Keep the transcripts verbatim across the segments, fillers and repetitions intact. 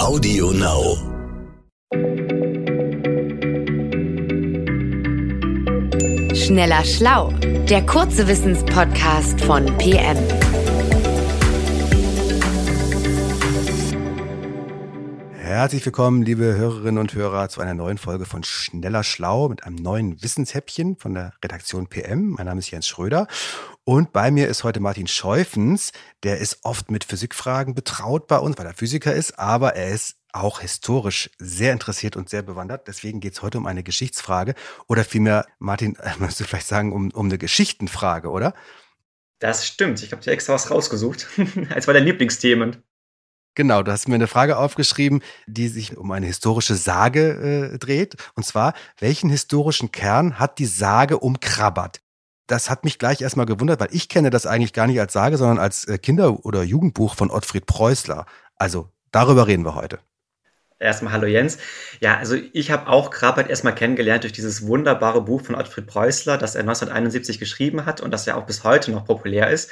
Audio Now. Schneller Schlau, der kurze Wissenspodcast von P M. Herzlich willkommen, liebe Hörerinnen und Hörer, zu einer neuen Folge von Schneller Schlau mit einem neuen Wissenshäppchen von der Redaktion P M. Mein Name ist Jens Schröder und bei mir ist heute Martin Scheufens. Der ist oft mit Physikfragen betraut bei uns, weil er Physiker ist, aber er ist auch historisch sehr interessiert und sehr bewandert. Deswegen geht es heute um eine Geschichtsfrage oder vielmehr, Martin, musst du vielleicht sagen, um, um eine Geschichtenfrage, oder? Das stimmt. Ich habe dir extra was rausgesucht. Als war dein Lieblingsthemen. Genau, du hast mir eine Frage aufgeschrieben, die sich um eine historische Sage äh, dreht. Und zwar, welchen historischen Kern hat die Sage um Krabat? Das hat mich gleich erstmal gewundert, weil ich kenne das eigentlich gar nicht als Sage, sondern als äh, Kinder- oder Jugendbuch von Ottfried Preußler. Also darüber reden wir heute. Erstmal hallo Jens. Ja, also ich habe auch Krabat erstmal kennengelernt durch dieses wunderbare Buch von Ottfried Preußler, das er neunzehnhunderteinundsiebzig geschrieben hat und das ja auch bis heute noch populär ist.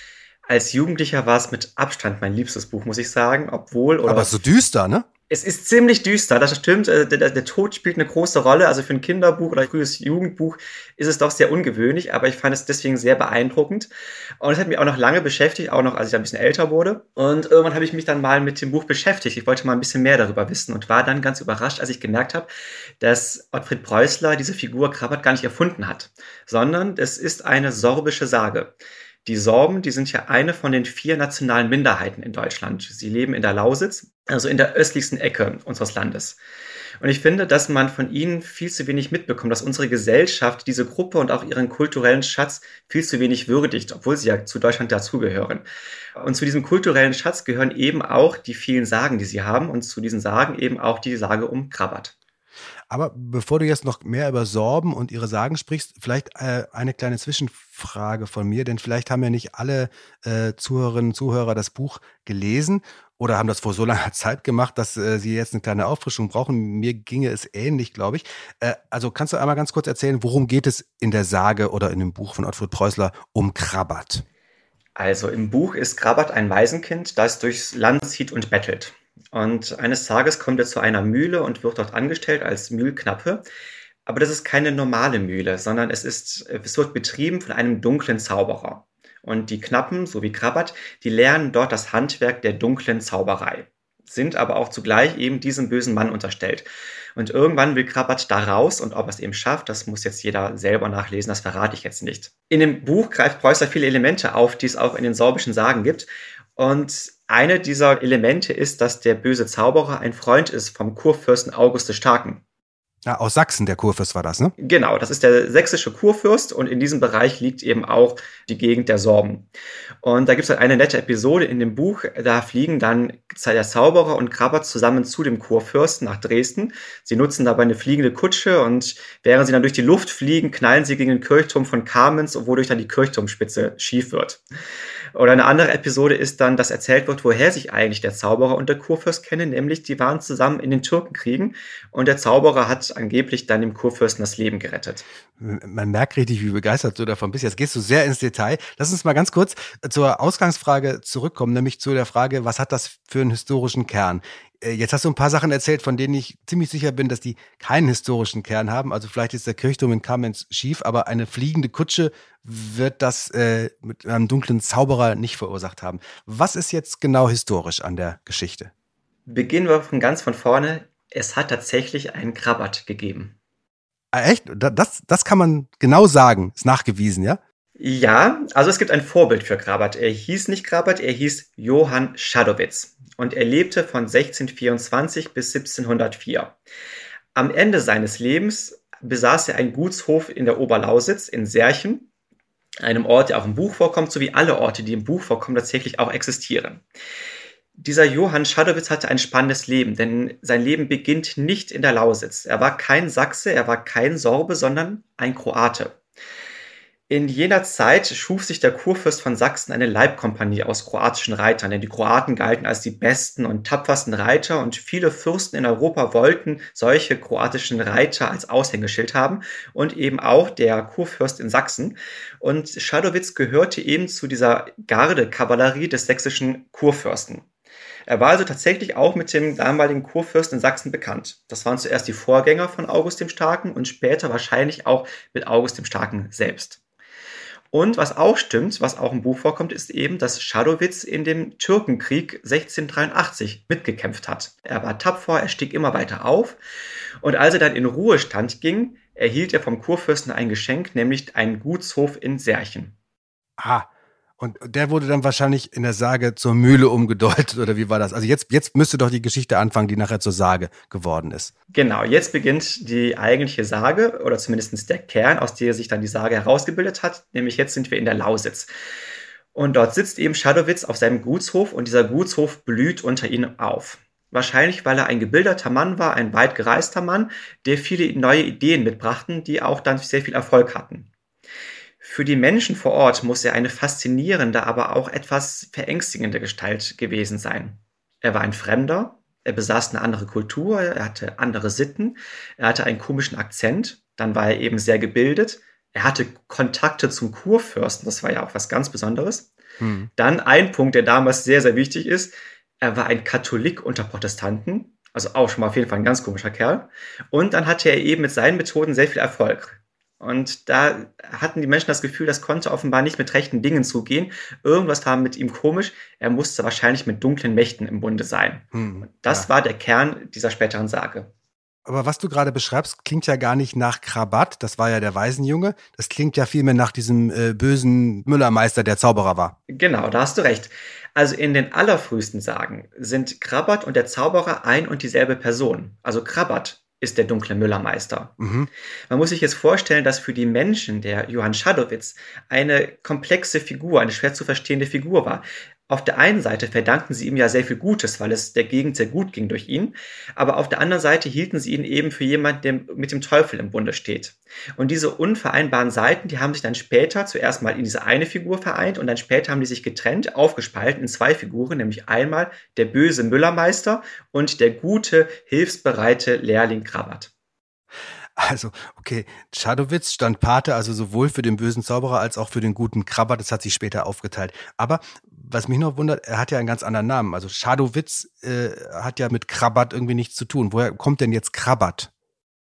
Als Jugendlicher war es mit Abstand mein liebstes Buch, muss ich sagen, obwohl... Oder Aber so düster, ne? Es ist ziemlich düster, das stimmt. Der, der, der Tod spielt eine große Rolle. Also für ein Kinderbuch oder ein frühes Jugendbuch ist es doch sehr ungewöhnlich, aber ich fand es deswegen sehr beeindruckend. Und es hat mich auch noch lange beschäftigt, auch noch als ich ein bisschen älter wurde. Und irgendwann habe ich mich dann mal mit dem Buch beschäftigt. Ich wollte mal ein bisschen mehr darüber wissen und war dann ganz überrascht, als ich gemerkt habe, dass Ottfried Preußler diese Figur Krabat gar nicht erfunden hat, sondern es ist eine sorbische Sage. Die Sorben, die sind ja eine von den vier nationalen Minderheiten in Deutschland. Sie leben in der Lausitz, also in der östlichsten Ecke unseres Landes. Und ich finde, dass man von ihnen viel zu wenig mitbekommt, dass unsere Gesellschaft diese Gruppe und auch ihren kulturellen Schatz viel zu wenig würdigt, obwohl sie ja zu Deutschland dazugehören. Und zu diesem kulturellen Schatz gehören eben auch die vielen Sagen, die sie haben, und zu diesen Sagen eben auch die Sage um Krabat. Aber bevor du jetzt noch mehr über Sorben und ihre Sagen sprichst, vielleicht äh, eine kleine Zwischenfrage von mir, denn vielleicht haben ja nicht alle äh, Zuhörerinnen und Zuhörer das Buch gelesen oder haben das vor so langer Zeit gemacht, dass äh, sie jetzt eine kleine Auffrischung brauchen. Mir ginge es ähnlich, glaube ich. Äh, also kannst du einmal ganz kurz erzählen, worum geht es in der Sage oder in dem Buch von Ottfried Preußler um Krabat? Also im Buch ist Krabat ein Waisenkind, das durchs Land zieht und bettelt. Und eines Tages kommt er zu einer Mühle und wird dort angestellt als Mühlknappe. Aber das ist keine normale Mühle, sondern es ist, es wird betrieben von einem dunklen Zauberer. Und die Knappen, so wie Krabat, die lernen dort das Handwerk der dunklen Zauberei, sind aber auch zugleich eben diesem bösen Mann unterstellt. Und irgendwann will Krabat da raus und ob er es eben schafft, das muss jetzt jeder selber nachlesen, das verrate ich jetzt nicht. In dem Buch greift Preußler viele Elemente auf, die es auch in den sorbischen Sagen gibt. Und eine dieser Elemente ist, dass der böse Zauberer ein Freund ist vom Kurfürsten August des Starken. Ja, aus Sachsen, der Kurfürst war das, ne? Genau, das ist der sächsische Kurfürst und in diesem Bereich liegt eben auch die Gegend der Sorben. Und da gibt es halt eine nette Episode in dem Buch, da fliegen dann der Zauberer und Krabat zusammen zu dem Kurfürsten nach Dresden. Sie nutzen dabei eine fliegende Kutsche und während sie dann durch die Luft fliegen, knallen sie gegen den Kirchturm von Kamenz, wodurch dann die Kirchturmspitze schief wird. Oder eine andere Episode ist dann, dass erzählt wird, woher sich eigentlich der Zauberer und der Kurfürst kennen, nämlich die waren zusammen in den Türkenkriegen und der Zauberer hat angeblich dann dem Kurfürsten das Leben gerettet. Man merkt richtig, wie begeistert du davon bist. Jetzt gehst du sehr ins Detail. Lass uns mal ganz kurz zur Ausgangsfrage zurückkommen, nämlich zu der Frage, was hat das für einen historischen Kern? Jetzt hast du ein paar Sachen erzählt, von denen ich ziemlich sicher bin, dass die keinen historischen Kern haben. Also vielleicht ist der Kirchturm in Kamenz schief, aber eine fliegende Kutsche wird das äh, mit einem dunklen Zauberer nicht verursacht haben. Was ist jetzt genau historisch an der Geschichte? Beginnen wir von ganz von vorne. Es hat tatsächlich einen Krabat gegeben. Ah, echt? Das, das kann man genau sagen. Ist nachgewiesen, ja? Ja, also es gibt ein Vorbild für Krabat. Er hieß nicht Krabat, er hieß Johann Schadowitz. Und er lebte von sechzehnhundertvierundzwanzig bis siebzehnhundertvier. Am Ende seines Lebens besaß er einen Gutshof in der Oberlausitz in Serchen, einem Ort, der auch im Buch vorkommt, sowie alle Orte, die im Buch vorkommen, tatsächlich auch existieren. Dieser Johann Schadowitz hatte ein spannendes Leben, denn sein Leben beginnt nicht in der Lausitz. Er war kein Sachse, er war kein Sorbe, sondern ein Kroate. In jener Zeit schuf sich der Kurfürst von Sachsen eine Leibkompanie aus kroatischen Reitern, denn die Kroaten galten als die besten und tapfersten Reiter und viele Fürsten in Europa wollten solche kroatischen Reiter als Aushängeschild haben und eben auch der Kurfürst in Sachsen. Und Schadowitz gehörte eben zu dieser Gardekavallerie des sächsischen Kurfürsten. Er war also tatsächlich auch mit dem damaligen Kurfürst in Sachsen bekannt. Das waren zuerst die Vorgänger von August dem Starken und später wahrscheinlich auch mit August dem Starken selbst. Und was auch stimmt, was auch im Buch vorkommt, ist eben, dass Chadowitz in dem Türkenkrieg sechzehnhundertdreiundachtzig mitgekämpft hat. Er war tapfer, er stieg immer weiter auf und als er dann in Ruhestand ging, erhielt er vom Kurfürsten ein Geschenk, nämlich einen Gutshof in Särchen. Ah, und der wurde dann wahrscheinlich in der Sage zur Mühle umgedeutet, oder wie war das? Also jetzt, jetzt müsste doch die Geschichte anfangen, die nachher zur Sage geworden ist. Genau, jetzt beginnt die eigentliche Sage, oder zumindest der Kern, aus der sich dann die Sage herausgebildet hat, nämlich jetzt sind wir in der Lausitz. Und dort sitzt eben Chadowitz auf seinem Gutshof und dieser Gutshof blüht unter ihm auf. Wahrscheinlich, weil er ein gebildeter Mann war, ein weit gereister Mann, der viele neue Ideen mitbrachten, die auch dann sehr viel Erfolg hatten. Für die Menschen vor Ort muss er eine faszinierende, aber auch etwas verängstigende Gestalt gewesen sein. Er war ein Fremder, er besaß eine andere Kultur, er hatte andere Sitten, er hatte einen komischen Akzent, dann war er eben sehr gebildet, er hatte Kontakte zum Kurfürsten, das war ja auch was ganz Besonderes. Hm. Dann ein Punkt, der damals sehr, sehr wichtig ist, er war ein Katholik unter Protestanten, also auch schon mal auf jeden Fall ein ganz komischer Kerl. Und dann hatte er eben mit seinen Methoden sehr viel Erfolg. Und da hatten die Menschen das Gefühl, das konnte offenbar nicht mit rechten Dingen zugehen. Irgendwas war mit ihm komisch. Er musste wahrscheinlich mit dunklen Mächten im Bunde sein. Hm, das ja. war der Kern dieser späteren Sage. Aber was du gerade beschreibst, klingt ja gar nicht nach Krabat. Das war ja der Waisenjunge. Das klingt ja vielmehr nach diesem äh, bösen Müllermeister, der Zauberer war. Genau, da hast du recht. Also in den allerfrühesten Sagen sind Krabat und der Zauberer ein und dieselbe Person. Also Krabat ist der dunkle Müllermeister. Mhm. Man muss sich jetzt vorstellen, dass für die Menschen der Johann Chadowitz eine komplexe Figur, eine schwer zu verstehende Figur war. Auf der einen Seite verdankten sie ihm ja sehr viel Gutes, weil es der Gegend sehr gut ging durch ihn. Aber auf der anderen Seite hielten sie ihn eben für jemanden, der mit dem Teufel im Bunde steht. Und diese unvereinbaren Seiten, die haben sich dann später zuerst mal in diese eine Figur vereint und dann später haben die sich getrennt, aufgespalten in zwei Figuren, nämlich einmal der böse Müllermeister und der gute, hilfsbereite Lehrling Krabat. Also, okay, Chadowitz stand Pate, also sowohl für den bösen Zauberer als auch für den guten Krabat. Das hat sich später aufgeteilt. Aber was mich noch wundert, er hat ja einen ganz anderen Namen. Also Chadowitz äh, hat ja mit Krabat irgendwie nichts zu tun. Woher kommt denn jetzt Krabat?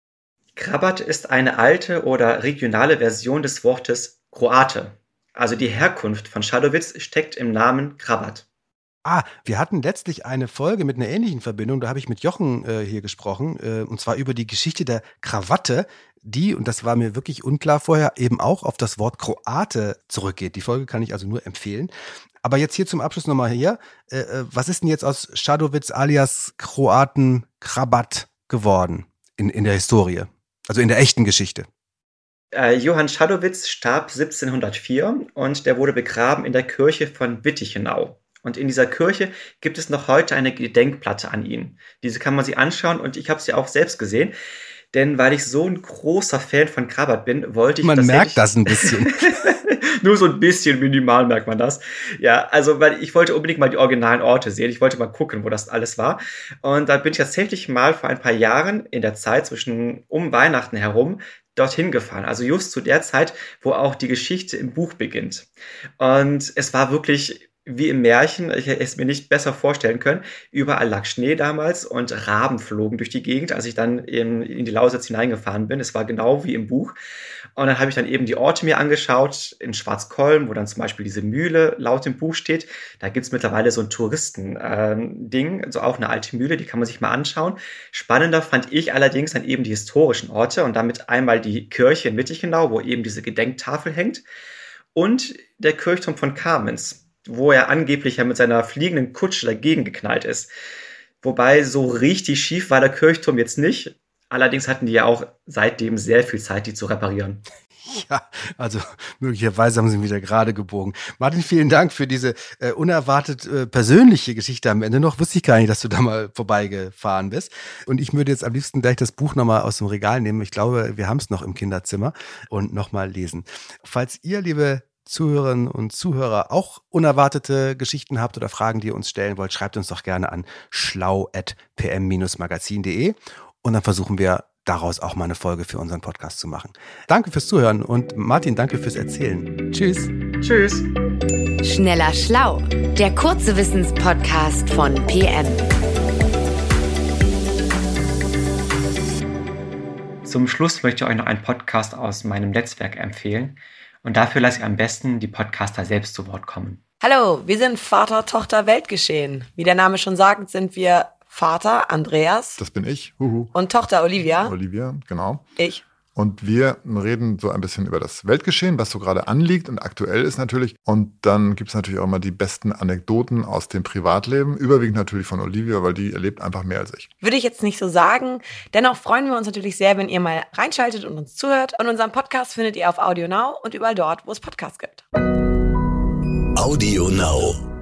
Krabat ist eine alte oder regionale Version des Wortes Kroate. Also die Herkunft von Chadowitz steckt im Namen Krabat. Ah, wir hatten letztlich eine Folge mit einer ähnlichen Verbindung, da habe ich mit Jochen äh, hier gesprochen, äh, und zwar über die Geschichte der Krawatte, die, und das war mir wirklich unklar vorher, eben auch auf das Wort Kroate zurückgeht. Die Folge kann ich also nur empfehlen. Aber jetzt hier zum Abschluss nochmal hier, äh, was ist denn jetzt aus Chadowitz alias Kroaten Krabat geworden in, in der Historie, also in der echten Geschichte? Äh, Johann Chadowitz starb siebzehnhundertvier und der wurde begraben in der Kirche von Wittichenau. Und in dieser Kirche gibt es noch heute eine Gedenkplatte an ihn. Diese kann man sich anschauen und ich habe sie auch selbst gesehen. Denn weil ich so ein großer Fan von Krabat bin, wollte ich... Man merkt das ein bisschen. Nur so ein bisschen minimal merkt man das. Ja, also weil ich wollte unbedingt mal die originalen Orte sehen. Ich wollte mal gucken, wo das alles war. Und da bin ich tatsächlich mal vor ein paar Jahren in der Zeit zwischen um Weihnachten herum dorthin gefahren. Also just zu der Zeit, wo auch die Geschichte im Buch beginnt. Und es war wirklich... wie im Märchen, ich hätte es mir nicht besser vorstellen können. Überall lag Schnee damals und Raben flogen durch die Gegend, als ich dann in, in die Lausitz hineingefahren bin. Es war genau wie im Buch. Und dann habe ich dann eben die Orte mir angeschaut, in Schwarzkolm, wo dann zum Beispiel diese Mühle laut im Buch steht. Da gibt's mittlerweile so ein Touristen-Ding, also auch eine alte Mühle, die kann man sich mal anschauen. Spannender fand ich allerdings dann eben die historischen Orte und damit einmal die Kirche in Wittichenau, wo eben diese Gedenktafel hängt, und der Kirchturm von Kamenz, wo er angeblich ja mit seiner fliegenden Kutsche dagegen geknallt ist. Wobei so richtig schief war der Kirchturm jetzt nicht. Allerdings hatten die ja auch seitdem sehr viel Zeit, die zu reparieren. Ja, also möglicherweise haben sie ihn wieder gerade gebogen. Martin, vielen Dank für diese äh, unerwartet äh, persönliche Geschichte am Ende noch. Wusste ich gar nicht, dass du da mal vorbeigefahren bist. Und ich würde jetzt am liebsten gleich das Buch nochmal aus dem Regal nehmen. Ich glaube, wir haben es noch im Kinderzimmer und nochmal lesen. Falls ihr, liebe Zuhörerinnen und Zuhörer, auch unerwartete Geschichten habt oder Fragen, die ihr uns stellen wollt, schreibt uns doch gerne an schlau at p m magazin punkt de und dann versuchen wir daraus auch mal eine Folge für unseren Podcast zu machen. Danke fürs Zuhören und Martin, danke fürs Erzählen. Tschüss. Tschüss. Schneller Schlau, der kurze Wissenspodcast von P M. Zum Schluss möchte ich euch noch einen Podcast aus meinem Netzwerk empfehlen. Und dafür lasse ich am besten die Podcaster selbst zu Wort kommen. Hallo, wir sind Vater, Tochter, Weltgeschehen. Wie der Name schon sagt, sind wir Vater, Andreas. Das bin ich. Huhu. Und Tochter, Olivia. Olivia, genau. Ich. Und wir reden so ein bisschen über das Weltgeschehen, was so gerade anliegt und aktuell ist natürlich. Und dann gibt es natürlich auch immer die besten Anekdoten aus dem Privatleben. Überwiegend natürlich von Olivia, weil die erlebt einfach mehr als ich. Würde ich jetzt nicht so sagen. Dennoch freuen wir uns natürlich sehr, wenn ihr mal reinschaltet und uns zuhört. Und unseren Podcast findet ihr auf Audio Now und überall dort, wo es Podcasts gibt. Audio Now.